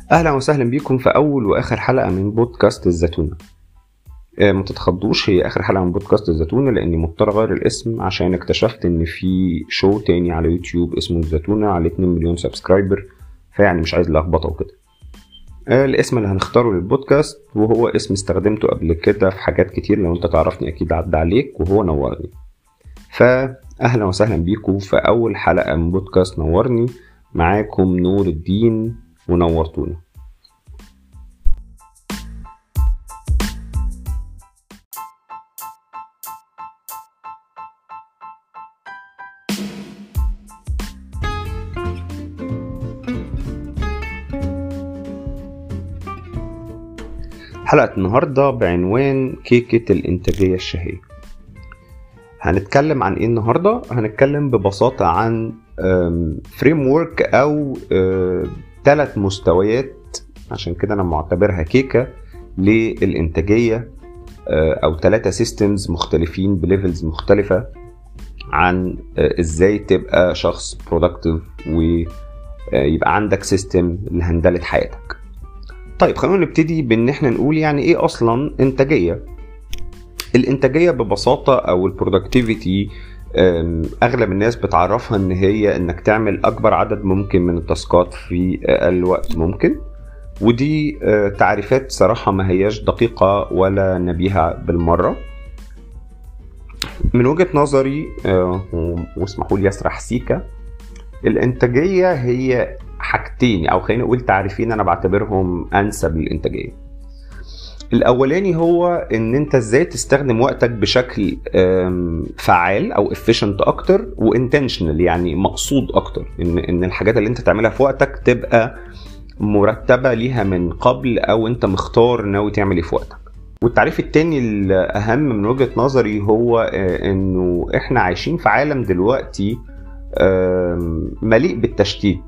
اهلا وسهلا بيكم في اول واخر حلقه من بودكاست الزتونه. ما تتخضوش، هي اخر حلقه من بودكاست الزتونه لاني مضطر اغير الاسم عشان اكتشفت ان في شو تاني على يوتيوب اسمه الزتونه عليه 2 مليون سبسكرايبر، فيعني مش عايز لخبطه وكده. الاسم اللي هنختاره للبودكاست وهو اسم استخدمته قبل كده في حاجات كتير، لو انت تعرفني اكيد عدى عليك، وهو نورني. فاهلا وسهلا بيكم في اول حلقه من بودكاست نورني. معاكم نور الدين ونورتونا. حلقة النهاردة بعنوان كيكة الإنتاجية الشهية. هنتكلم عن إيه النهاردة؟ هنتكلم ببساطة عن فريم وورك أو 3 مستويات، عشان كده أنا معتبرها كيكة للإنتاجية، أو 3 سيستمز مختلفين بليفلز مختلفة عن إزاي تبقى شخص برودكتيف ويبقى عندك سيستم لهندلة حياتك. طيب خلونا نبتدي بان احنا نقول يعني ايه اصلا انتاجية. الانتاجية ببساطة او البرودكتيفيتي اغلب الناس بتعرفها ان هي انك تعمل اكبر عدد ممكن من التاسكات في اقل وقت ممكن، ودي تعريفات صراحة ما هياش دقيقة ولا نبيهة بالمرة. من وجهة نظري واسمحوا لي اسرح سيكا، الانتاجية هي حاجتين، او خلينا نقول تعريفين انا بعتبرهم انسب للانتاجيه. الاولاني هو ان انت ازاي تستخدم وقتك بشكل فعال او efficient اكتر وانتنشنال، يعني مقصود اكتر، ان الحاجات اللي انت تعملها في وقتك تبقى مرتبه ليها من قبل، او انت مختار ناوي تعمل ايه في وقتك. والتعريف التاني الاهم من وجهه نظري هو انه احنا عايشين في عالم دلوقتي مليء بالتشتيت.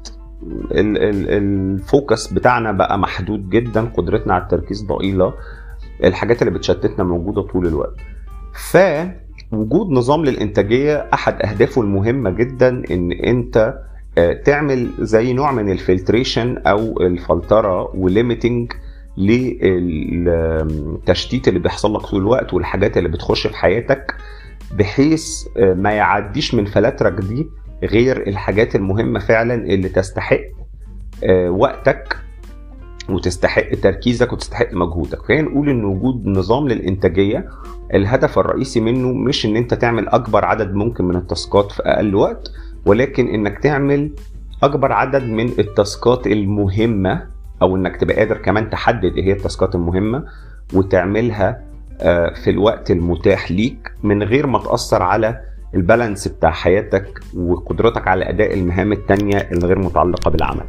الفوكس بتاعنا بقى محدود جدا، قدرتنا على التركيز ضئيلة، الحاجات اللي بتشتتنا موجودة طول الوقت. فوجود نظام للإنتاجية أحد أهدافه المهمة جدا إن أنت تعمل زي نوع من الفلتريشن أو الفلترة وليميتنج للتشتيت اللي بيحصل لك طول الوقت والحاجات اللي بتخش في حياتك، بحيث ما يعديش من فلاترك دي غير الحاجات المهمة فعلا اللي تستحق وقتك وتستحق تركيزك وتستحق مجهودك. خلينا نقول ان وجود نظام للإنتاجية الهدف الرئيسي منه مش ان انت تعمل اكبر عدد ممكن من التاسكات في اقل وقت، ولكن انك تعمل اكبر عدد من التاسكات المهمة، او انك تبقى قادر كمان تحدد ايه هي التاسكات المهمة وتعملها في الوقت المتاح ليك من غير ما تأثر على البالانس بتاع حياتك وقدرتك على أداء المهام التانية الغير متعلقة بالعمل.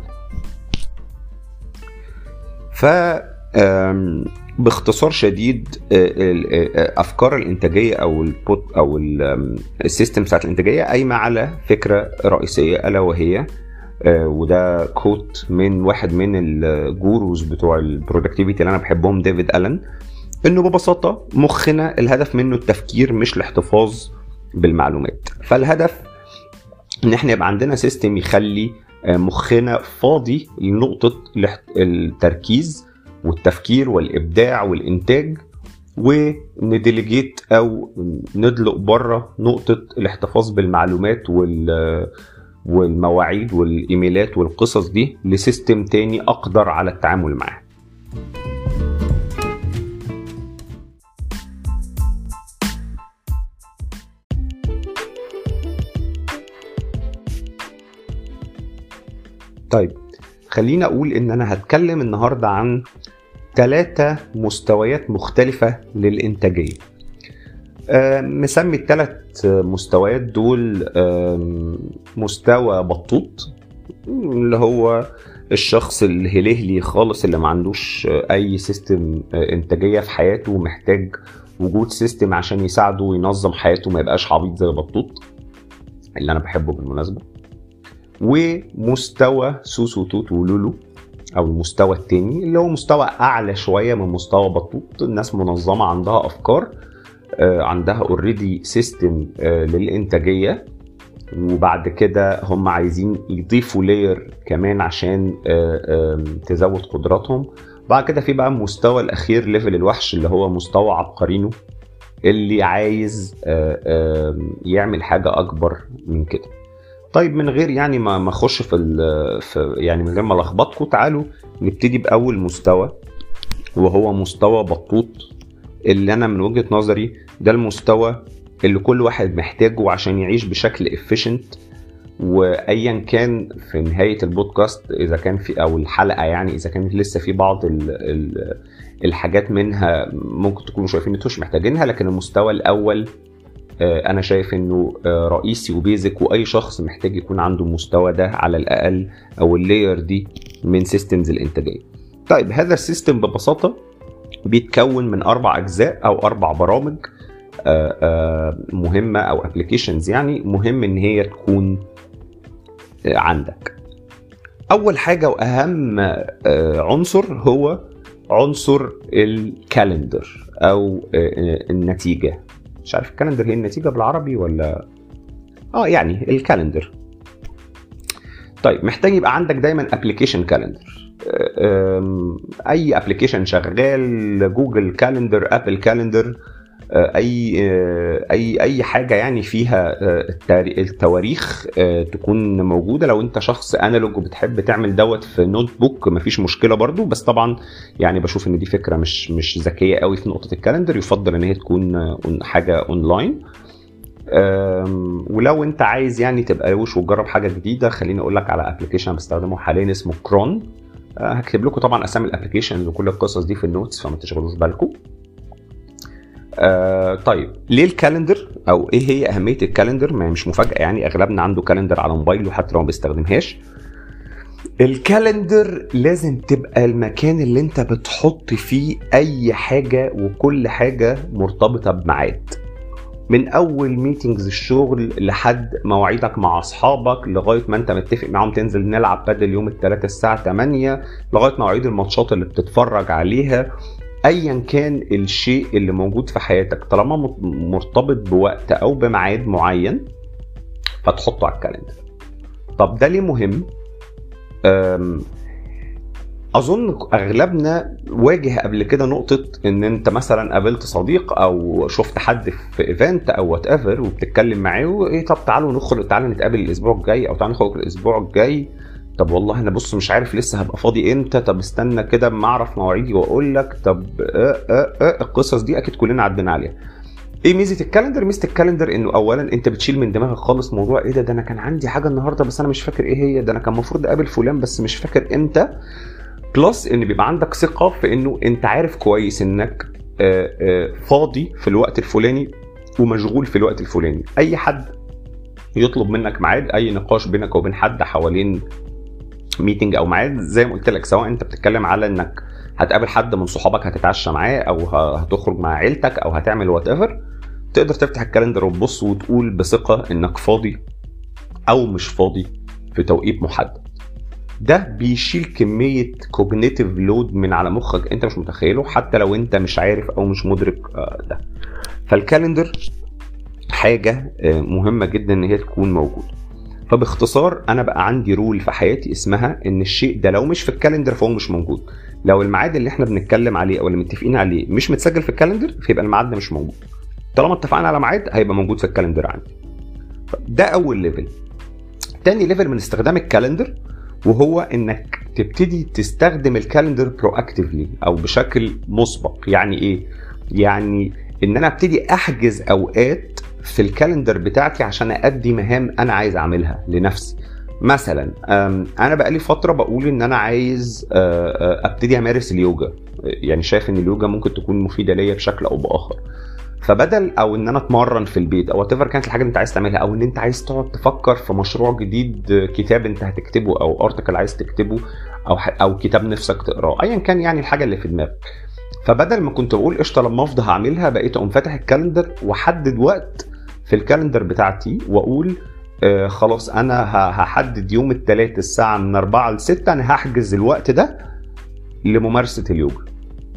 باختصار شديد، أفكار الإنتاجية أو السيستم بتاعت الإنتاجية قايمة على فكرة رئيسية، ألا وهي وده كوت من واحد من الجوروز بتوع البرودكتيفيتي اللي أنا بحبهم، ديفيد ألن، إنه ببساطة مخنا الهدف منه التفكير مش الاحتفاظ بالمعلومات. فالهدف ان احنا يبقى عندنا سيستم يخلي مخنا فاضي لنقطة التركيز والتفكير والإبداع والإنتاج، ونديليجيت أو ندلق بره نقطة الاحتفاظ بالمعلومات والمواعيد والإيميلات والقصص دي لسيستم تاني أقدر على التعامل معاه. طيب خلينا أقول إن أنا هتكلم النهاردة عن 3 مستويات مختلفة للإنتاجية. مسمي ال3 مستويات دول مستوى بطوط، اللي هو الشخص الهلهلي خالص اللي ما عندوش أي سيستم إنتاجية في حياته ومحتاج وجود سيستم عشان يساعده وينظم حياته ما يبقاش عبيط زي بطوط، اللي أنا بحبه بالمناسبة. ومستوى سوسو توت ولولو او المستوى التاني اللي هو مستوى اعلى شوية من مستوى بطوط، الناس منظمة عندها افكار، عندها اوريدي سيستم للانتاجية، وبعد كده هم عايزين يضيفوا لاير كمان عشان تزود قدراتهم. بعد كده في بقى المستوى الاخير ليفل الوحش اللي هو مستوى عبقرينو، اللي عايز يعمل حاجة اكبر من كده. طيب من غير يعني ما اخش في يعني من غير ما لخبطكم، تعالوا نبتدي باول مستوى، وهو مستوى بطوط، اللي انا من وجهة نظري ده المستوى اللي كل واحد محتاجه عشان يعيش بشكل efficient. وايا كان في نهاية البودكاست اذا كان في او الحلقة يعني اذا كان لسه في بعض الحاجات منها ممكن تكونوا شايفين انتوش محتاجينها، لكن المستوى الاول انا شايف انه رئيسي وبيزك، واي شخص محتاج يكون عنده المستوى ده على الاقل او اللاير دي من سيستمز الانتاجية. طيب هذا السيستم ببساطة بيتكون من 4 اجزاء او 4 برامج مهمة او ابليكيشنز، يعني مهم ان هي تكون عندك. اول حاجة واهم عنصر هو عنصر الكالندر او النتيجة. مش عارف الكالندر هي النتيجة بالعربي ولا يعني الكالندر. طيب محتاج يبقى عندك دايما ابليكيشن كالندر، اي ابليكيشن شغال، جوجل كالندر، ابل كالندر، اي حاجه يعني فيها التواريخ تكون موجوده. لو انت شخص انالوج وبتحب تعمل دوت في نوت بوك مفيش مشكله برضو، بس طبعا يعني بشوف ان دي فكره مش ذكيه قوي في نقطه الكالندر، يفضل ان هي تكون حاجه اونلاين. ولو انت عايز يعني تبقى روش وتجرب حاجه جديده، خليني اقول لك على ابلكيشن بستخدمه حاليا اسمه كرون. هكتب لكم طبعا اسامي الابلكيشنز وكل القصص دي في النوتس فما تشغلوش بالكم. طيب ليه الكالندر او ايه هي اهميه الكالندر؟ ما مش مفاجاه يعني، اغلبنا عنده كالندر على موبايله حتى لو ما بيستخدمهاش. الكالندر لازم تبقى المكان اللي انت بتحط فيه اي حاجه وكل حاجه مرتبطه بميعاد، من اول ميتينجز الشغل لحد مواعيدك مع اصحابك، لغايه ما انت متفق معاهم تنزل نلعب بادل يوم الثلاثاء الساعه 8، لغايه مواعيد الماتشات اللي بتتفرج عليها. ايا كان الشيء اللي موجود في حياتك طالما مرتبط بوقت او بميعاد معين فتحطه على الكالندر. طب ده ليه مهم؟ اظن اغلبنا واجه قبل كده نقطه ان انت مثلا قابلت صديق او شفت حد في ايفنت او وات ايفر وبتتكلم معاه وايه، طب تعالوا نتقابل الاسبوع الجاي او تعالوا نخرج الاسبوع الجاي. طب والله انا بص مش عارف لسه هبقى فاضي امتى، طب استنى كده ما اعرف مواعيدي واقول لك. طب القصص دي اكيد كلنا عدينا عليها. ايه ميزه الكالندر؟ ميزه الكالندر انه اولا انت بتشيل من دماغك خالص موضوع ايه ده انا كان عندي حاجه النهارده بس انا مش فاكر ايه هي، ده انا كان المفروض اقابل فلان بس مش فاكر امتى. بلس ان بيبقى عندك ثقه في انه انت عارف كويس انك فاضي في الوقت الفلاني ومشغول في الوقت الفلاني. اي حد يطلب منك ميعاد، اي نقاش بينك وبين حد حوالين ميتنج او ميعاد، زي ما قلت لك سواء انت بتتكلم على انك هتقابل حد من صحابك هتتعشى معاه او هتخرج مع عيلتك او هتعمل وات ايفر، تقدر تفتح الكالندر وتبص وتقول بثقه انك فاضي او مش فاضي في توقيت محدد. ده بيشيل كميه كوجنيتيف لود من على مخك انت مش متخيله حتى لو انت مش عارف او مش مدرك ده. فالكالندر حاجه مهمه جدا ان هي تكون موجوده. فباختصار انا بقى عندي رول في حياتي اسمها ان الشيء ده لو مش في الكالندر فهو مش موجود. لو الميعاد اللي احنا بنتكلم عليه او اللي متفقين عليه مش متسجل في الكالندر فيبقى الميعاد ده مش موجود. طالما اتفقنا على ميعاد هيبقى موجود في الكالندر عندي. ده اول ليفل. تاني ليفل من استخدام الكالندر وهو انك تبتدي تستخدم الكالندر برواكتيفلي او بشكل مسبق. يعني ايه؟ يعني ان انا ابتدي احجز اوقات في الكالندر بتاعتي عشان أؤدي مهام أنا عايز أعملها لنفسي. مثلا أنا بقالي فترة بقول إن أنا عايز أبتدي أمارس اليوجا، يعني شايف إن اليوجا ممكن تكون مفيدة ليا بشكل أو بآخر. فبدل أو إن أنا أتمرن في البيت أو whatever كانت الحاجة اللي أنت عايز تعملها، أو إن أنت عايز تقعد تفكر في مشروع جديد، كتاب أنت هتكتبه أو أرتكل عايز تكتبه أو كتاب نفسك تقراه، أيا كان يعني الحاجة اللي في دماغك. فبدل ما كنت بقول قشطة لما أفضى هعملها، بقيت أقوم فاتح الكالندر وحدد وقت في الكالندر بتاعتي واقول خلاص انا هحدد يوم الثلاث الساعه من 4 ل 6 انا هحجز الوقت ده لممارسه اليوجا.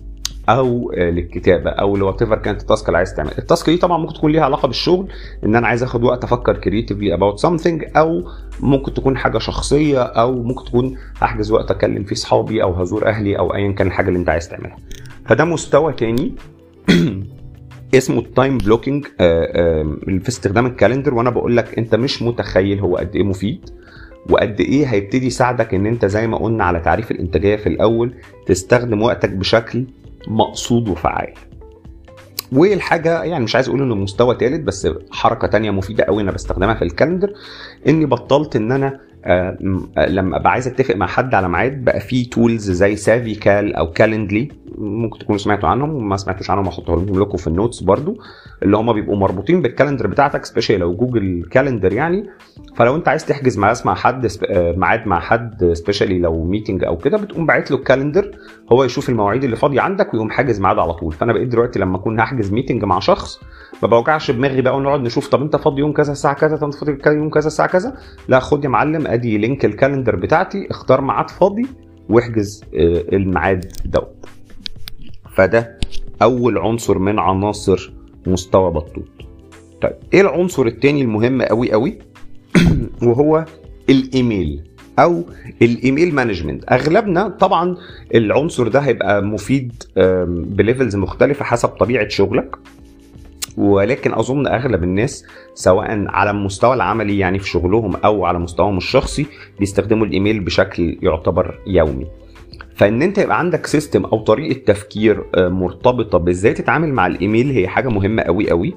او للكتابه او لوات ايفر كانت التاسك اللي عايز تعملها. التاسك دي طبعا ممكن تكون ليها علاقه بالشغل، ان انا عايز اخد وقت افكر كريتيفلي اباوت سامثينج، او ممكن تكون حاجه شخصيه، او ممكن تكون هحجز وقت اكلم فيه صحابي او هزور اهلي او ايا كان الحاجه اللي انت عايز تعملها. فده مستوى تاني اسمه التايم بلوكينج في استخدام الكالندر. وانا بقول لك انت مش متخيل هو قد ايه مفيد وقد ايه هيبتدي يساعدك ان انت زي ما قلنا على تعريف الانتاجيه في الاول تستخدم وقتك بشكل مقصود وفعال. والحاجه يعني مش عايز اقول انه مستوى ثالث، بس حركه تانية مفيده قوي انا بستخدمها في الكالندر، اني بطلت ان انا لما ابقى عايز اتفق مع حد على ميعاد بقى في تولز زي سافي كال او كالندلي، ممكن تكونوا سمعتوا عنهم وما سمعتوش عنهم هحطهم لكم في النوتس برضو، اللي هم بيبقوا مربوطين بالكالندر بتاعتك سبيشال لو جوجل كالندر يعني. فلو انت عايز تحجز ميعاد مع حد سبيشالي لو ميتنج او كده، بتقوم باعت له الكالندر، هو يشوف المواعيد اللي فاضيه عندك ويقوم حاجز ميعاد على طول. فانا بقيت دلوقتي لما اكون هحجز ميتنج مع شخص ما بوجعش دماغي بقى ونقعد نشوف طب انت فاضي يوم كذا الساعه كذا، طب انت فاضي يوم كذا الساعه كذا. لا، خد يا معلم ادي لينك الكالندر بتاعتي، اختار ميعاد فاضي واحجز الميعاد دوت. فده اول عنصر من عناصر مستوى بطوط. طيب ايه العنصر الثاني المهم قوي قوي؟ وهو الايميل او الايميل مانجمنت. اغلبنا طبعا العنصر ده هيبقى مفيد بليفلز مختلفه حسب طبيعه شغلك، ولكن اظن اغلب الناس سواء على المستوى العملي يعني في شغلهم او على مستواهم الشخصي بيستخدموا الايميل بشكل يعتبر يومي. فان انت يبقى عندك سيستم او طريقه تفكير مرتبطه بازاي تتعامل مع الايميل هي حاجه مهمه قوي قوي.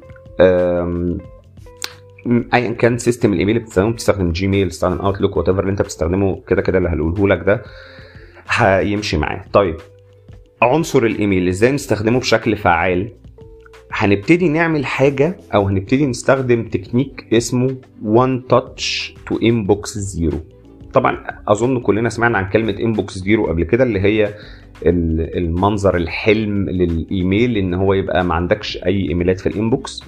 ايا كان سيستم الايميل بتستخدم جيميل، تستخدم اوتلوك، وات ايفر اللي انت بتستخدمه، كده كده اللي هنقوله لك ده هيمشي معاه. طيب عنصر الايميل ازاي نستخدمه بشكل فعال؟ هنبتدي نعمل حاجه او هنبتدي نستخدم تكنيك اسمه one touch to inbox zero. طبعا اظن كلنا سمعنا عن كلمه inbox zero قبل كده، اللي هي المنظر الحلم للايميل ان هو يبقى ما عندكش اي ايميلات في الانبوكس.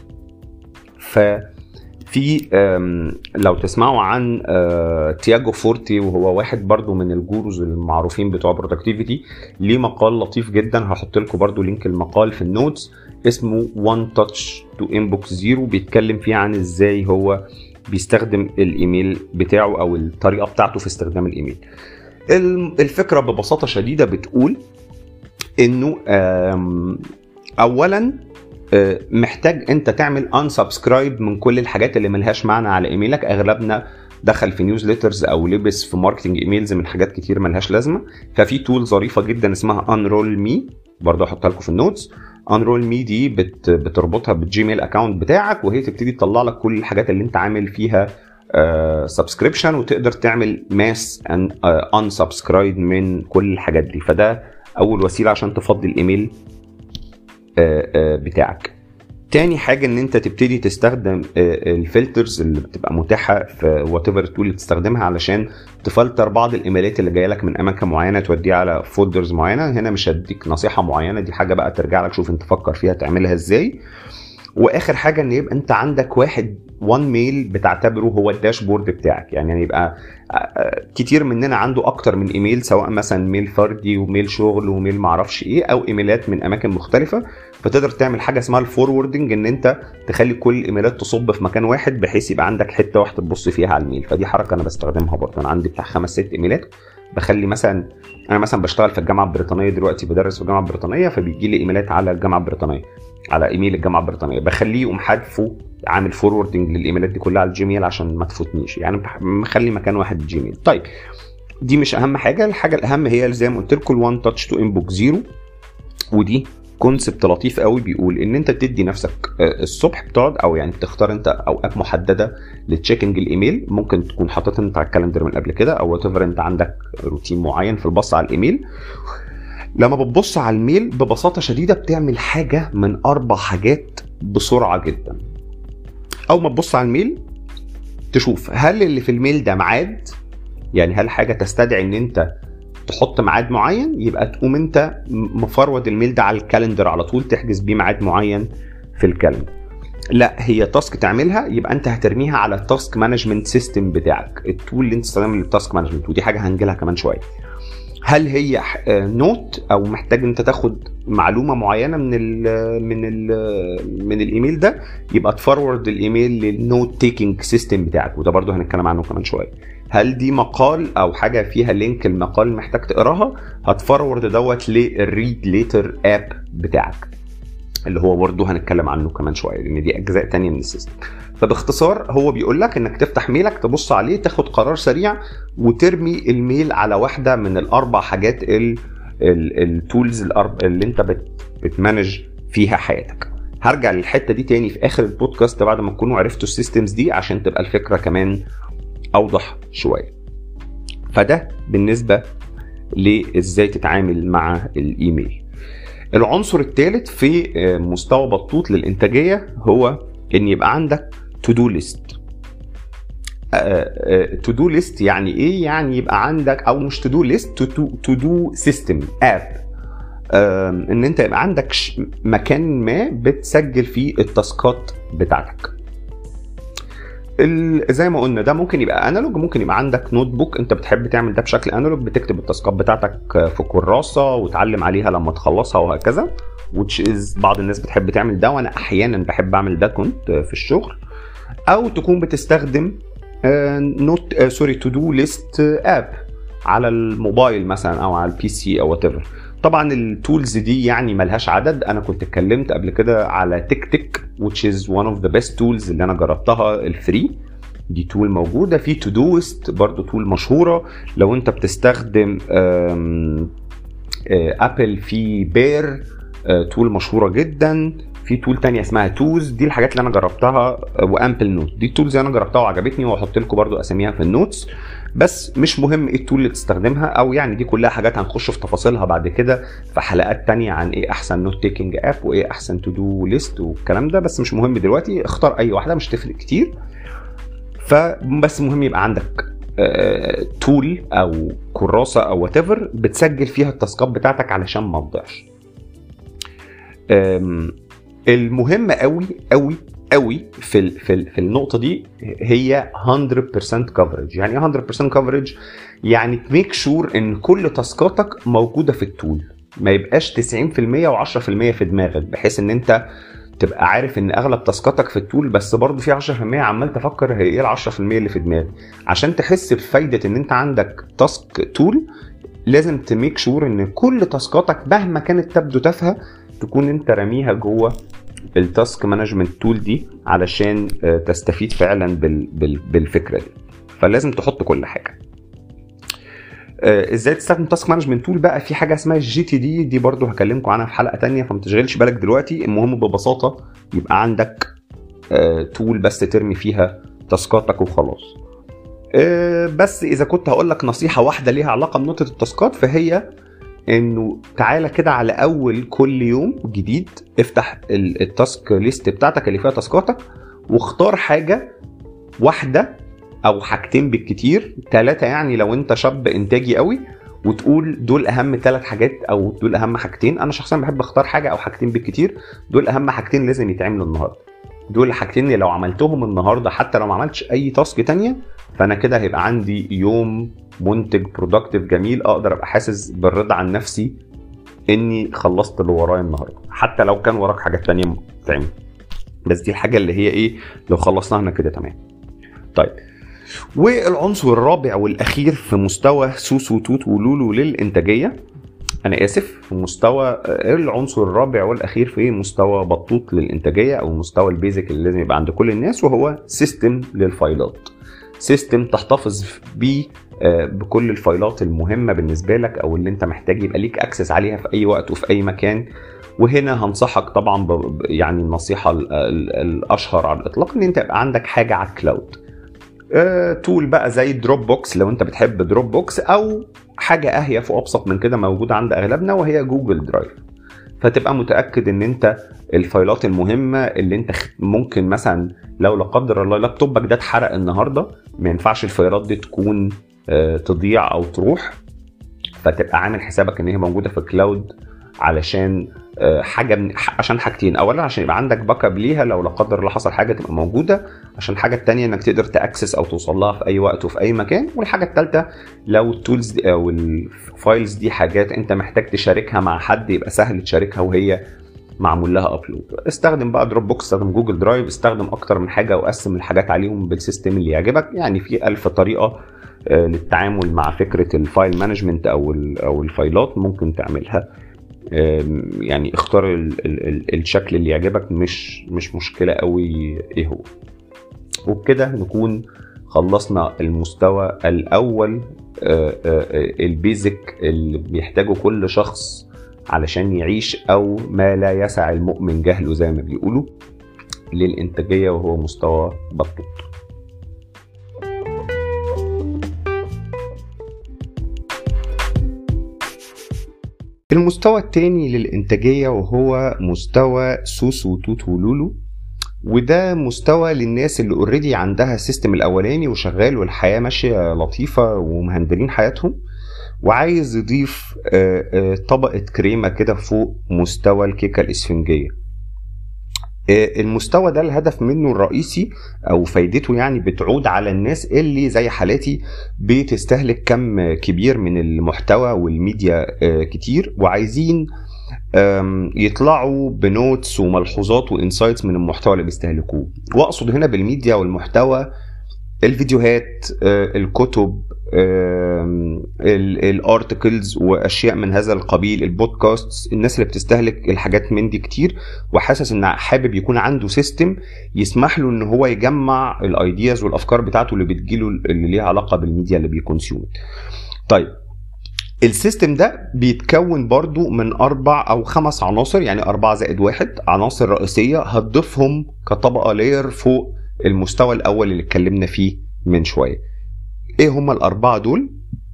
ففي لو تسمعوا عن تياجو فورتي، وهو واحد برضو من الجوروز المعروفين بتوع برودكتيفيتي، ليه مقال لطيف جدا هحط لكم برضو لينك المقال في النوتس اسمه one touch to inbox zero، بيتكلم فيه عن ازاي هو بيستخدم الايميل بتاعه او الطريقه بتاعته في استخدام الايميل. الفكره ببساطه شديده بتقول انه اولا محتاج انت تعمل unsubscribe من كل الحاجات اللي ملهاش معنى على ايميلك. اغلبنا دخل في نيوزليترز او لبس في ماركتنج ايميلز من حاجات كتير ملهاش لازمه. ففي تول ظريفه جدا اسمها unroll me، برضه هحطها لكم في النوتس. unroll me دي بتربطها بالجيميل اكاونت بتاعك، وهي تبتدي تطلع لك كل الحاجات اللي انت عامل فيها سبسكريبشن، وتقدر تعمل ماس unsubscribe من كل الحاجات دي. فده اول وسيله عشان تفضي الايميل بتاعك. تاني حاجة ان انت تبتدي تستخدم الفلترز اللي بتبقى متاحة في whatever tool اللي تستخدمها علشان تفلتر بعض الايميلات اللي جايه لك من اماكن معينة توديها على فولدرز معينة. هنا مش هديك نصيحة معينة، دي حاجة بقى ترجع لك شوف انت فكر فيها تعملها ازاي. واخر حاجة ان يبقى انت عندك one ميل بتعتبره هو الداشبورد بتاعك. يعني يبقى كتير مننا عنده اكتر من ايميل، سواء مثلا ميل فردي وميل شغل وميل معرفش ايه، او ايميلات من اماكن مختلفة. فتقدر تعمل حاجه اسمها الفوروردنج، ان انت تخلي كل الايميلات تصب في مكان واحد بحيث يبقى عندك حته واحده تبص فيها على الميل. فدي حركه انا بستخدمها برضه. انا عندي بتاع 5-6 ايميلات، بخلي مثلا انا بشتغل في الجامعه البريطانيه دلوقتي، بدرس في الجامعه البريطانيه، فبيجي لي ايميلات على الجامعه البريطانيه على ايميل الجامعه البريطانيه، بخليه يقوم حادفه عامل فوروردنج للايميلات دي كلها على الجيميل عشان ما تفوتنيش، يعني مخلي مكان واحد الجيميل. طيب دي مش اهم حاجه. الحاجه الاهم هي زي ما قلت لكم الوان تاتش تو انبوكس زيرو، ودي كونسبت لطيف قوي بيقول ان انت تدي نفسك الصبح بتقعد، او يعني تختار انت اوقات محدده للتشيكنج الايميل. ممكن تكون حاطط انت على الكالندر من قبل كده، او وات انت عندك روتين معين في البص على الايميل. لما بتبص على الميل ببساطه شديده بتعمل حاجه من 4 حاجات بسرعه جدا. اول ما تبص على الميل تشوف هل اللي في الميل ده ميعاد، يعني هل حاجه تستدعي ان انت تحط ميعاد معين، يبقى تقوم انت مفرود الميل ده على الكالندر على طول تحجز بيه ميعاد معين في الكالندر. لا، هي تاسك تعملها، يبقى انت هترميها على التاسك مانجمنت سيستم بتاعك، التول اللي انت تستخدمه للتاسك مانجمنت، ودي حاجه هنجيلها كمان شويه. هل هي نوت او محتاج انت تاخد معلومه معينه من الايميل ده، يبقى تفورورد الايميل للنوت تيكينج سيستم بتاعك، وده برضو هنتكلم عنه كمان شويه. هل دي مقال او حاجه فيها لينك المقال محتاج تقراها، هتفورورد دوت للريد ليتر اب بتاعك اللي هو برضو هنتكلم عنه كمان شويه لان دي اجزاء تانية من السيستم. فباختصار هو بيقول لك انك تفتح ميلك، تبص عليه، تاخد قرار سريع وترمي الميل على واحده من الاربع حاجات التولز اللي انت بتمانج فيها حياتك. هرجع للحته دي تاني في اخر البودكاست بعد ما تكونوا عرفتوا السيستمز دي عشان تبقى الفكره كمان اوضح شويه. فده بالنسبه لازاي تتعامل مع الايميل. العنصر الثالث في مستوى بطوط للإنتاجية هو إن يبقى عندك to do list. to do list يعني إيه؟ يعني يبقى عندك، أو مش to do list، to do system app. إن أنت يبقى عندك مكان ما بتسجل فيه التاسكات بتاعتك. زي ما قلنا ده ممكن يبقى انالوج، ممكن يبقى عندك نوت بوك انت بتحب تعمل ده بشكل انالوج، بتكتب التاسكات بتاعتك في كراسه وتعلم عليها لما تخلصها وهكذا، which is بعض الناس بتحب تعمل ده، وانا احيانا بحب اعمل ده كنت في الشغل. او تكون بتستخدم تو دو ليست اب على الموبايل مثلا او على البي سي او whatever. طبعا التولز دي يعني ملهاش عدد. انا كنت اتكلمت قبل كده على تيك which is one of the best tools اللي انا جربتها الفري. دي تول موجودة في تودوست برضو، تول مشهورة. لو انت بتستخدم ابل في بير تول مشهورة جدا. في تول تانية اسمها توز، دي الحاجات اللي انا جربتها. وامبل نوت، دي التولز انا جربتها وعجبتني وهحط لكم برضو اساميها في النوتس. بس مش مهم ايه التول اللي تستخدمها، او يعني دي كلها حاجات هنخش في تفاصيلها بعد كده في حلقات تانية عن ايه احسن نوت تيكينج اب وايه احسن تو دو ليست والكلام ده، بس مش مهم دلوقتي. اختار اي واحدة مش تفرق كتير. فبس مهم يبقى عندك تول او كراسة او whatever بتسجل فيها التاسكات بتاعتك علشان ما تضيعش. المهم قوي قوي قوي في النقطه دي هي 100% coverage. يعني 100% coverage يعني تميك شور ان كل تاسكاتك موجوده في التول، ما يبقاش 90% و10% في دماغك، بحيث ان انت تبقى عارف ان اغلب تاسكاتك في التول بس برضو في 10% عمال تفكر هي ايه ال10% اللي في دماغي. عشان تحس بفايده ان انت عندك تاسك تول لازم تميك شور ان كل تاسكاتك مهما كانت تبدو تافهه تكون انت راميها جوه التاسك مانجمنت تول دي علشان تستفيد فعلا بالفكره دي. فلازم تحط كل حاجه. ازاي تستخدم تاسك مانجمنت تول بقى؟ في حاجه اسمها الجي تي دي برضو هكلمكم عنها في حلقه تانية، فما تشغلش بالك دلوقتي. المهم ببساطه يبقى عندك تول بس ترمي فيها تاسكاتك وخلاص. بس اذا كنت هقول لك نصيحه واحده ليها علاقه بنقطه التاسكات، فهي انه تعالى كده على اول كل يوم جديد افتح التاسك ليست بتاعتك اللي فيها تاسكاتك، واختار حاجه واحده او حاجتين بالكتير، 3 يعني لو انت شاب انتاجي قوي، وتقول دول اهم 3 حاجات او دول اهم حاجتين. انا شخصيا بحب اختار حاجه او حاجتين بالكتير، دول اهم حاجتين لازم يتعملوا النهارده. دول الحاجتين اللي لو عملتهم النهارده حتى لو ما عملتش اي تاسك تانية، فانا كده هيبقى عندي يوم منتج برودكتيف جميل، اقدر ابقى حاسس بالرضا عن نفسي اني خلصت اللي ورايا النهارده، حتى لو كان وراك حاجات تانية تعمل. بس دي الحاجه اللي هي ايه، لو خلصناها كده تمام. طيب، والعنصر الرابع والاخير في مستوى سوسو وتوت ولولو للانتاجيه، انا اسف، في مستوى العنصر الرابع والاخير في مستوى بطوط للانتاجيه او المستوى البيزك اللي لازم يبقى عند كل الناس، وهو سيستم للفايلات. سيستم تحتفظ بيه بكل الفايلات المهمه بالنسبه لك او اللي انت محتاج يبقى ليك اكسس عليها في اي وقت وفي اي مكان. وهنا هنصحك طبعا يعني النصيحه الاشهر على الاطلاق ان انت يبقى عندك حاجه على الكلاود، تول بقى زي دروب بوكس لو انت بتحب دروب بوكس، او حاجه اهيف وابسط من كده موجوده عند اغلبنا وهي جوجل درايف. فتبقى متاكد ان انت الفايلات المهمه اللي انت ممكن مثلا لو لا قدر الله لابتوبك ده اتحرق النهارده، ما ينفعش الفايلات دي تكون تضيع او تروح، فتبقى عامل حسابك ان هي موجوده في الكلاود علشان حاجه عشان حاجتين. اولا عشان يبقى عندك باك اب ليها لو لا قدر الله حصل حاجه تبقى موجوده، عشان الحاجه الثانيه انك تقدر تاكسس او توصل لها في اي وقت وفي اي مكان، والحاجه الثالثه لو التولز دي او الفايلز دي حاجات انت محتاج تشاركها مع حد يبقى سهل تشاركها وهي معمول لها ابلود. استخدم بقى دروب بوكس، استخدم جوجل درايف، استخدم اكتر من حاجه وقسم الحاجات عليهم بالسيستم اللي يعجبك. يعني في 1000 طريقه للتعامل مع فكره الفايل مانجمنت او الفايلات ممكن تعملها. يعني اختار الشكل اللي يعجبك، مش مشكله قوي ايه هو. وبكده نكون خلصنا المستوى الاول البيزك اللي بيحتاجه كل شخص علشان يعيش، او ما لا يسع المؤمن جهله زي ما بيقولوا، للإنتاجية، وهو مستوى بطوط. المستوى الثاني للإنتاجية وهو مستوى سوسو توتو لولو، وده مستوى للناس اللي اوريدي عندها السيستم الاولاني وشغال والحياة ماشية لطيفة ومهندلين حياتهم، وعايز يضيف طبقة كريمة كده فوق مستوى الكيكة الإسفنجية. المستوى ده الهدف منه الرئيسي او فايدته يعني بتعود على الناس اللي زي حالاتي بتستهلك كم كبير من المحتوى والميديا كتير، وعايزين يطلعوا بنوتس وملحوظات وانسايتس من المحتوى اللي بيستهلكوه. واقصد هنا بالميديا والمحتوى الفيديوهات، الكتب، الارتكلز واشياء من هذا القبيل، البودكاست، الناس اللي بتستهلك الحاجات من دي كتير، وحاسس ان حابب يكون عنده سيستم يسمح له ان هو يجمع الايدياز والافكار بتاعته اللي بتجيله اللي ليها علاقه بالميديا اللي بيكونسيوم. طيب السيستم ده بيتكون برضو من 4 أو 5 عناصر، يعني 4+1 عناصر رئيسيه هتضيفهم كطبقه لاير فوق المستوى الاول اللي اتكلمنا فيه من شويه. ايه هما الاربعه دول؟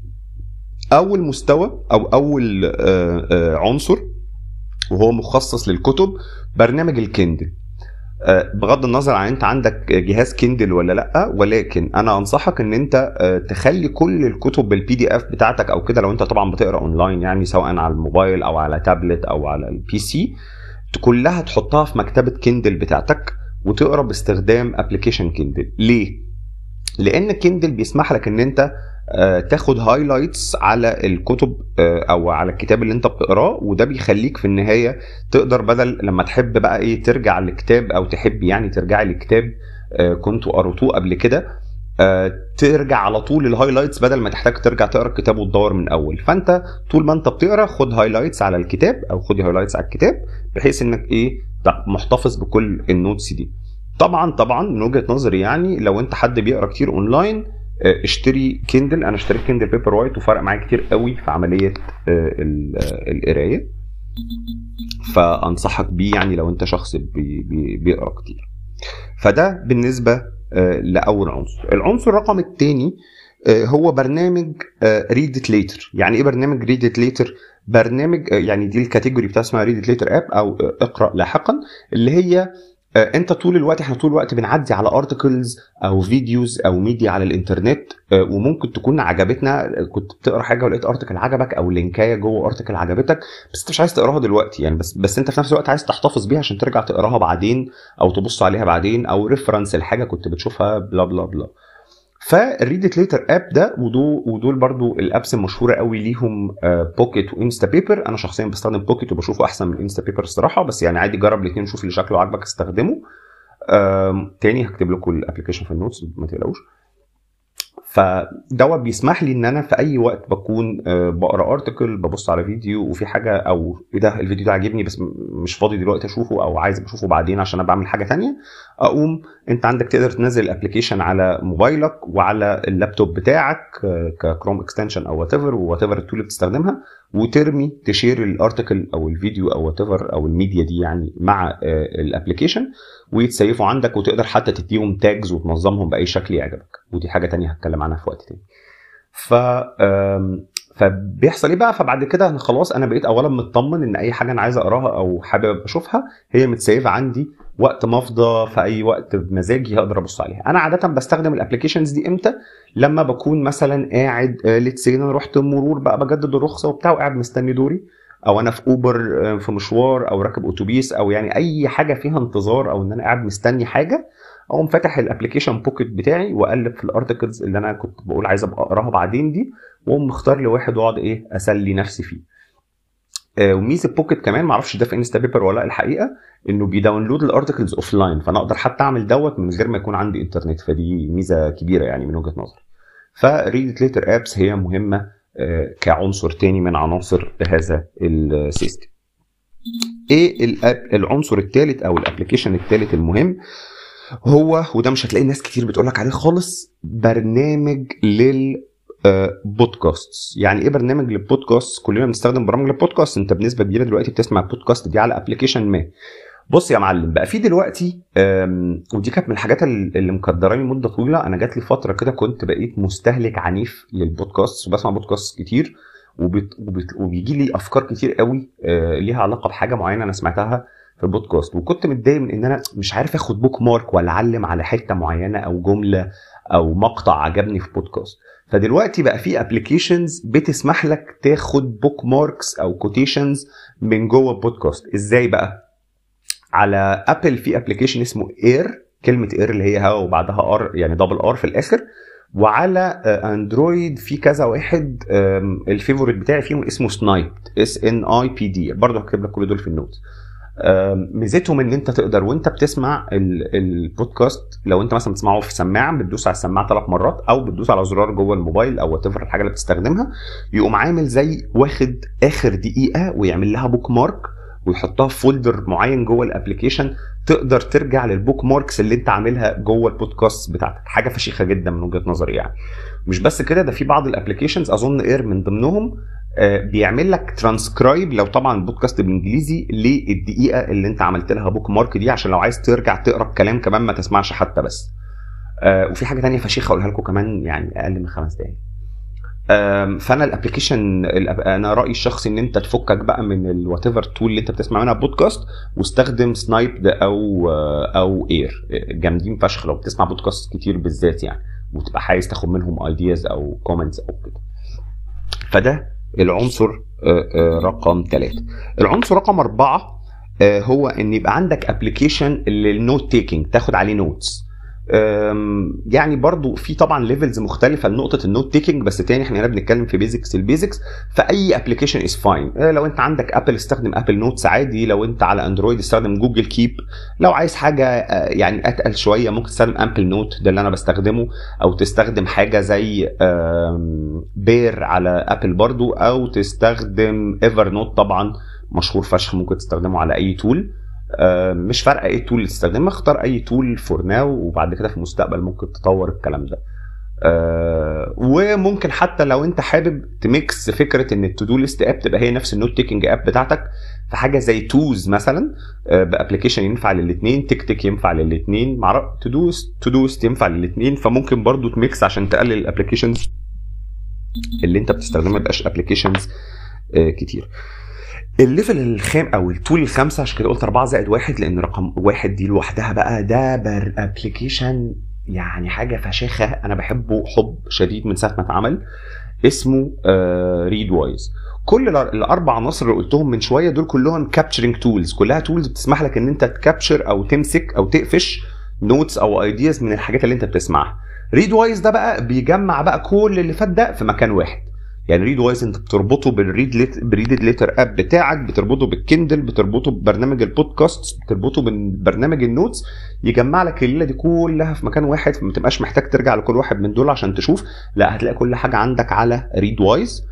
اول مستوى او اول عنصر وهو مخصص للكتب، برنامج الكندل. بغض النظر عن انت عندك جهاز كندل ولا لا، ولكن انا انصحك ان انت تخلي كل الكتب بالبي دي اف بتاعتك او كده، لو انت طبعا بتقرا اونلاين يعني سواء على الموبايل او على تابلت او على البي سي، كلها تحطها في مكتبه كندل بتاعتك وتقرا باستخدام ابلكيشن كندل. ليه؟ لان كندل بيسمح لك ان انت تاخد هايلايتس على الكتب او على الكتاب اللي انت بتقراه، وده بيخليك في النهايه تقدر بدل لما تحب بقى ايه ترجع لكتاب او تحب يعني ترجعي لكتاب كنتوا قرأتوه قبل كده، ترجع على طول الهايلايتس بدل ما تحتاج ترجع تقرا الكتاب وتدور من اول. فانت طول ما انت بتقرا خد هايلايتس على الكتاب او خدي هايلايتس على الكتاب، بحيث انك ايه محتفظ بكل النوتس دي. طبعا من وجهة نظري يعني لو انت حد بيقرا كتير اونلاين اشتري كندل. انا اشتريت كندل بيبر وايت وفرق معايا كتير قوي في عمليه القرايه، فانصحك بيه يعني لو انت شخص بيقرا كتير. فده بالنسبه لاول عنصر. العنصر رقم الثاني هو برنامج ريد ات ليتر. يعني ايه برنامج ريد ات ليتر؟ برنامج يعني دي الكاتيجوري بتاع اسمها ريد ات ليتر اب او اقرا لاحقا، اللي هي انت احنا طول الوقت بنعدي على ارتكلز او فيديوز او ميديا على الانترنت، وممكن تكون عجبتنا، كنت بتقرا حاجه ولقيت ارتكل عجبك او لينكايه جوه ارتكل عجبتك، بس انت مش عايز تقراها دلوقتي يعني، بس انت في نفس الوقت عايز تحتفظ بيها عشان ترجع تقراها بعدين او تبص عليها بعدين، او ريفرنس لحاجه كنت بتشوفها بلا بلا بلا. فالريد ات ليتر اب ده ودول برضو الابس المشهوره قوي ليهم بوكيت وانستا بيبر. انا شخصيا بستخدم بوكيت وبشوفه احسن من انستا بيبر الصراحه، بس يعني عادي جرب الاثنين وشوف اللي شكله عاجبك استخدمه. تاني هكتب لكم الابلكيشن في النوتس ما تقلقوش. فدوت بيسمح لي ان انا في اي وقت بكون بقرا ارتكل، ببص على فيديو وفي حاجه او ايه ده الفيديو ده عاجبني بس مش فاضي دلوقتي اشوفه او عايز اشوفه بعدين عشان انا بعمل حاجه تانية، اقوم انت عندك تقدر تنزل الابلكيشن على موبايلك وعلى اللابتوب بتاعك ككروم اكستنشن او وات ايفر التول اللي بتستخدمها، وترمي تشير الارتكل او الفيديو او وات ايفر او الميديا دي يعني مع الابلكيشن ويتسيفوا عندك، وتقدر حتى تديهم تاجز وتنظمهم باي شكل يعجبك، ودي حاجه تانية هتكلم عنها في وقت تاني. فبيحصل ايه بقى؟ فبعد كده انا خلاص انا بقيت اولا مطمن ان اي حاجه انا عايز اقراها او حابب اشوفها هي متسيفه عندي، وقت ما افضى في اي وقت بمزاجي هقدر ابص عليها. انا عاده بستخدم الابلكيشنز دي امتى؟ لما بكون مثلا قاعد انا رحت مرور بقى بجدد الرخصه وبتاع وقاعد مستني دوري، او انا في اوبر في مشوار، او راكب اتوبيس، او يعني اي حاجه فيها انتظار، او ان انا قاعد مستني حاجه، اقوم فاتح الابلكيشن بوكيت بتاعي واقلب في الارتكلز اللي انا كنت بقول عايز ابقى اقراها بعدين دي، واقوم مختار لي واحد واقعد اسلي نفسي فيه. وميزه بوكيت كمان، معرفش ده في انستا بيبر ولا لا الحقيقه، انه بيداونلود الارتكلز اوف لاين، فانا اقدر حتى اعمل دوت من غير ما يكون عندي انترنت، فدي ميزه كبيره يعني من وجهه نظري. فريد ليتر ابس هي مهمه كعنصر تاني من عناصر هذا السيستم. ايه العنصر الثالث او الابلكيشن الثالث المهم؟ هو وده مش هتلاقي ناس كتير بتقولك عليه خالص، برنامج بودكاست. يعني ايه برنامج للبودكاست؟ كلنا بنستخدم برامج للبودكاست، انت بنسبه كبيره دلوقتي بتسمع بودكاست دي على ابلكيشن ما. بص يا معلم، بقى في دلوقتي ودي كانت من الحاجات اللي مقدراني مده طويله، انا جات لي فتره كده كنت بقيت مستهلك عنيف للبودكاست وبسمع بودكاست كتير، وبيجي لي افكار كتير قوي ليها علاقه بحاجه معينه انا سمعتها في البودكاست، وكنت متضايق من ان انا مش عارف اخد بوك مارك ولا اعلم على حته معينه او جمله او مقطع عجبني في بودكاست. فدلوقتي بقى في ابلكيشنز بتسمح لك تاخد بوك ماركس او كوتيشنز من جوه البودكاست. ازاي بقى؟ على ابل في ابلكيشن اسمه اير، كلمه اير اللي هي هوا وبعدها ار، يعني دبل ار في الاخر. وعلى اندرويد في كذا واحد، الفيفوريت بتاعي فيهم اسمه سنايب، SNIPD، برضه هكتب لك كل دول في النوت. ميزتهم ان انت تقدر وانت بتسمع البودكاست، لو انت مثلا بتسمعه في سماعه بتدوس على السماعه 3 مرات، او بتدوس على زرار جوه الموبايل او وات ايفر الحاجه اللي بتستخدمها، يقوم عامل زي واخد اخر دقيقه ويعمل لها بوك مارك ويحطها في فولدر معين جوه الابلكيشن، تقدر ترجع للبوك ماركس اللي انت عاملها جوه البودكاست بتاعتك. حاجه فشيخه جدا من وجهه نظري يعني. مش بس كده، ده في بعض الابلكيشنز اظن اير من ضمنهم بيعمل لك ترانسكرايب، لو طبعا البودكاست بالانجليزي، للدقيقه اللي انت عملت لها بوك مارك دي، عشان لو عايز ترجع تقرا الكلام كمان ما تسمعش حتى بس. وفي حاجه تانية فشيخه اقولها لكم كمان، يعني اقل من 5 دقايق. فانا الابلكيشن، انا رايي الشخصي ان انت تفكك بقى من الوات ايفر تول اللي انت بتسمع منها بودكاست، واستخدم سنايب او اير، جامدين فشخ لو بتسمع بودكاست كتير بالذات يعني، وتبقى عايز تاخد منهم ايدياز او كومنتس او كده. فده العنصر رقم 3. العنصر رقم 4 هو ان يبقى عندك ابلكيشن للنوت تيكينج، تاخد عليه نوتس. يعني برضو في طبعا ليفلز مختلفه لنقطه النوت تيكينج، بس تاني احنا هنا بنتكلم في البيزكس. فاي ابلكيشن از فاين. لو انت عندك ابل استخدم ابل نوتس عادي، لو انت على اندرويد استخدم جوجل كيب، لو عايز حاجه يعني اتقل شويه ممكن تستخدم امبل نوت، ده اللي انا بستخدمه، او تستخدم حاجه زي بير على ابل برضو، او تستخدم ايفر نوت طبعا مشهور فشخ، ممكن تستخدمه على اي تول. مش فارقه ايه التول اللي تستخدمها، اختار اي تول فور ناو، وبعد كده في المستقبل ممكن تطور الكلام ده. وممكن حتى لو انت حابب تميكس فكره ان التو دو ليست اب تبقى هي نفس النوت تيكنج اب بتاعتك، في حاجه زي توز مثلا، بابلكيشن ينفع للاثنين، تك ينفع للاثنين، تودوست ينفع للاثنين. فممكن برضو تميكس عشان تقلل الابلكيشنز اللي انت بتستخدمها، ما يبقاش ابلكيشنز كتير. الليفل الخام او التول الخامسه، عشان كده قلت 4+1 لان رقم 1 دي لوحدها بقى ده ابلكيشن يعني حاجه فشيخه، انا بحبه حب شديد من ساعه ما اتعمل، اسمه ريد وايز. كل الاربع عناصر اللي قلتهم من شويه دول كلهم كابتشرنج تولز، كلها تولز بتسمح لك ان انت تكابتشر او تمسك او تقفش نوتس او ايدياز من الحاجات اللي انت بتسمعها. ريد وايز ده بقى بيجمع بقى كل اللي فات ده في مكان واحد. يعني ريد وايز انت بتربطه بالريد ليتر اب بتاعك، بتربطه بالكندل، بتربطه ببرنامج البودكاست، بتربطه ببرنامج النوتس، يجمع لك الليله دي كلها في مكان واحد، فما تبقاش محتاج ترجع لكل واحد من دول عشان تشوف، لا هتلاقي كل حاجه عندك على ريد وايز.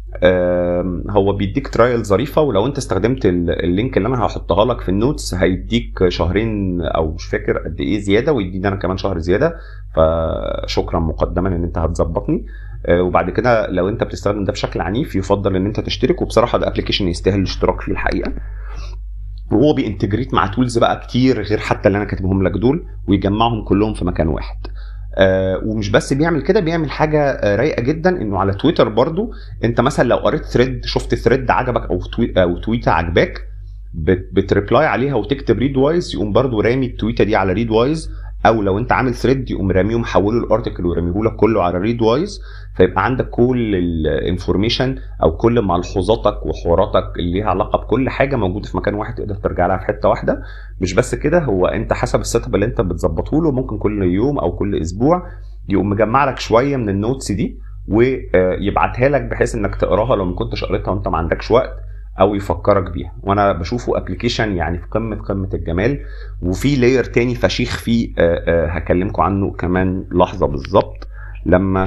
هو بيديك ترايل ظريفه، ولو انت استخدمت اللينك اللي انا هحطها لك في النوتس هيديك 2 شهرين او مش فاكر قد ايه زياده، ويديني انا كمان 1 شهر زياده، فشكرا مقدما ان انت هتظبطني. وبعد كده لو انت بتستخدم ده بشكل عنيف يفضل ان انت تشترك، وبصراحه ده ابلكيشن يستاهل الاشتراك فيه الحقيقه، وهو بينتجريت مع تولز بقى كتير غير حتى اللي انا كاتبهم لك دول، ويجمعهم كلهم في مكان واحد. ومش بس بيعمل كده، بيعمل حاجه رايقه جدا، انه على تويتر برضو انت مثلا لو قريت ثريد، شفت ثريد عجبك او تويته عجباك، بتريبلاي عليها وتكتب ريد وايز، يقوم برضو رامي التويته دي على ريد وايز او لو انت عامل ثريد يقوم راميه محوله الارتكل وراميه لك كله على ريد وايز، فيبقى عندك كل الانفورميشن او كل ملحوظاتك وحواراتك اللي ليها علاقه بكل حاجه موجوده في مكان واحد تقدر ترجع لها في حته واحده. مش بس كده، هو انت حسب السيت اب اللي انت بتظبطه له ممكن كل يوم او كل اسبوع يقوم مجمع لك شويه من النوتس دي ويبعتها لك بحيث انك تقراها لو ما كنتش قريتها وانت ما عندكش وقت، او يفكرك بيها. وانا بشوفه ابلكيشن يعني في قمه الجمال. وفي لاير تاني فشيخ فيه هكلمكم عنه كمان لحظه بالظبط لما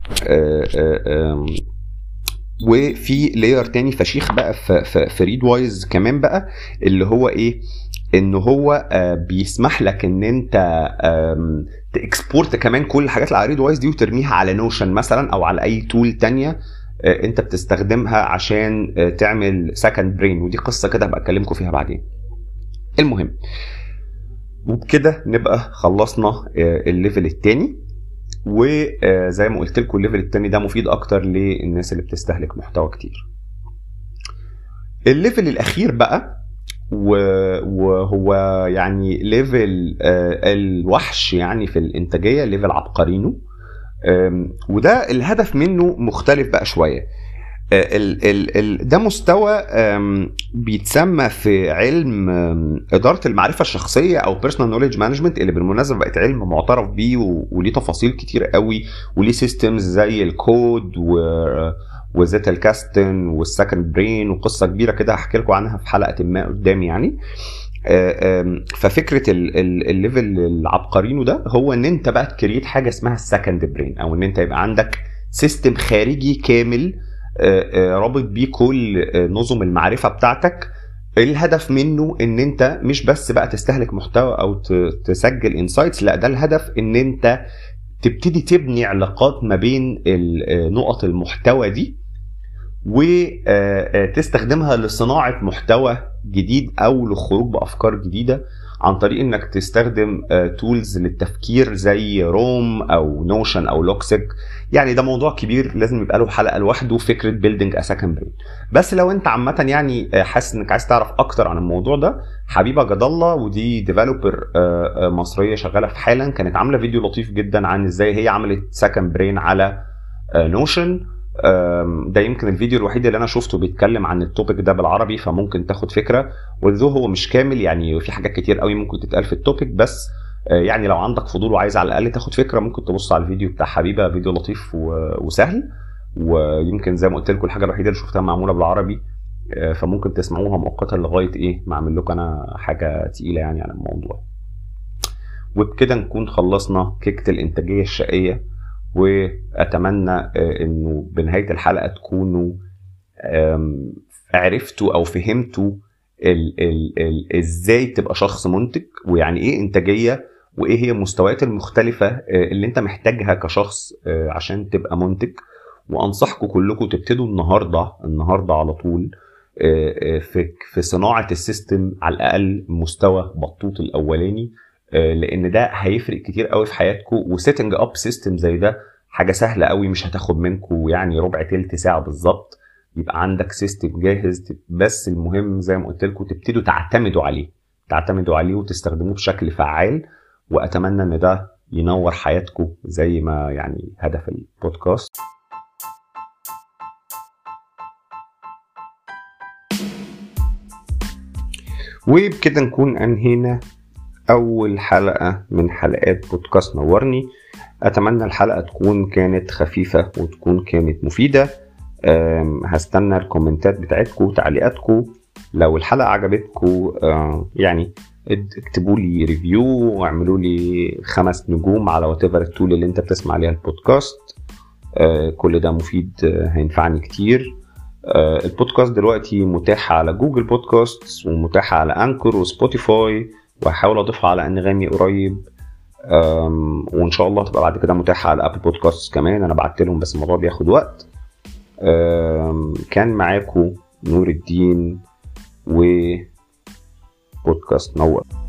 وفي لاير تاني فشيخ بقى في ريد وايز كمان بقى، اللي هو ايه؟ ان هو بيسمح لك ان انت تاكسبورت كمان كل الحاجات اللي على ريد وايز دي وترميها على نوشن مثلا او على اي تول تانية انت بتستخدمها عشان تعمل سكند برين، ودي قصه كده هبقى اكلمكم فيها بعدين. المهم، وبكده نبقى خلصنا الليفل الثاني. وزي ما قلت لكم الليفل الثاني ده مفيد اكتر للناس اللي بتستهلك محتوى كتير. الليفل الاخير بقى وهو يعني ليفل الوحش يعني في الانتاجيه، ليفل عبقرينو. وده الهدف منه مختلف بقى شويه. ده مستوى بيتسمى في علم إدارة المعرفة الشخصية أو Personal Knowledge Management، اللي بالمناسبة بقت علم معترف بيه وليه تفاصيل كتير قوي، وليه سيستمز زي الكود وزيت الكاستن والسكند برين وقصة كبيرة كده هحكي لكم عنها في حلقة ما قدام يعني. ففكرة الليفل العبقرينو ده هو ان انت بقى تكريت حاجة اسمها السكند برين، او ان انت يبقى عندك سيستم خارجي كامل رابط بيه كل نظم المعرفة بتاعتك. الهدف منه ان انت مش بس بقى تستهلك محتوى او تسجل انسايتس، لا ده الهدف ان انت تبتدي تبني علاقات ما بين نقط المحتوى دي وتستخدمها لصناعة محتوى جديد او للخروج بافكار جديدة عن طريق انك تستخدم تولز للتفكير زي روم او نوشن او لوكسيك. يعني ده موضوع كبير لازم يبقى له حلقة لوحده، فكرة بيلدينج ا سكند برين. بس لو انت عامة يعني حاسس انك عايز تعرف اكتر عن الموضوع ده، حبيبة جد الله ودي ديفلوبر مصرية شغالة في حالا كانت عاملة فيديو لطيف جدا عن ازاي هي عملت سكند برين على نوشن. ده يمكن الفيديو الوحيد اللي انا شفته بيتكلم عن التوبيك ده بالعربي، فممكن تاخد فكرة. وذو هو مش كامل يعني، في حاجات كتير قوي ممكن تتقال في التوبيك، بس يعني لو عندك فضول وعايز على الاقل تاخد فكرة ممكن تبص على الفيديو بتاع حبيبة، فيديو لطيف وسهل. ويمكن زي ما قلت لكم الحاجة الوحيدة اللي شفتها معمولة بالعربي، فممكن تسمعوها مؤقتا لغاية ايه ما اعمل لكم انا حاجة تقيلة يعني عن الموضوع. وبكده نكون خلصنا كيكة الانتاجية الشقية، واتمنى انه بنهايه الحلقه تكونوا عرفتوا او فهمتوا ازاي تبقى شخص منتج، ويعني ايه انتاجيه، وايه هي المستويات المختلفه اللي انت محتاجها كشخص عشان تبقى منتج. وانصحكم كلكم تبتدوا النهارده على طول في صناعه السيستم، على الاقل مستوى بطوط الاولاني، لان ده هيفرق كتير قوي في حياتكم. وسيتنج اب سيستم زي ده حاجه سهله قوي، مش هتاخد منكم يعني ربع تلت ساعه بالظبط، يبقى عندك سيستم جاهز. بس المهم زي ما قلت لكم تبتدوا تعتمدوا عليه وتستخدموه بشكل فعال. واتمنى ان ده ينور حياتكم زي ما يعني هدف البودكاست. وبكده نكون انهينا اول حلقة من حلقات بودكاست نورني. اتمنى الحلقة تكون كانت خفيفة وتكون كانت مفيدة. هستنى الكومنتات بتاعتكم وتعليقاتكم. لو الحلقة عجبتكم يعني اكتبوا لي ريفيو واعملوا لي 5 نجوم على whatever التول اللي انت بتسمع عليها البودكاست. كل ده مفيد، هينفعني كتير. البودكاست دلوقتي متاح على جوجل بودكاست ومتاح على انكر وسبوتيفاي، وهحاول اضيفها على انغامي قريب. وان شاء الله تبقى بعد كده متاحه على ابل بودكاست كمان. انا بعت لهم بس الموضوع بياخد وقت. كان معاكم نور الدين وبودكاست نور.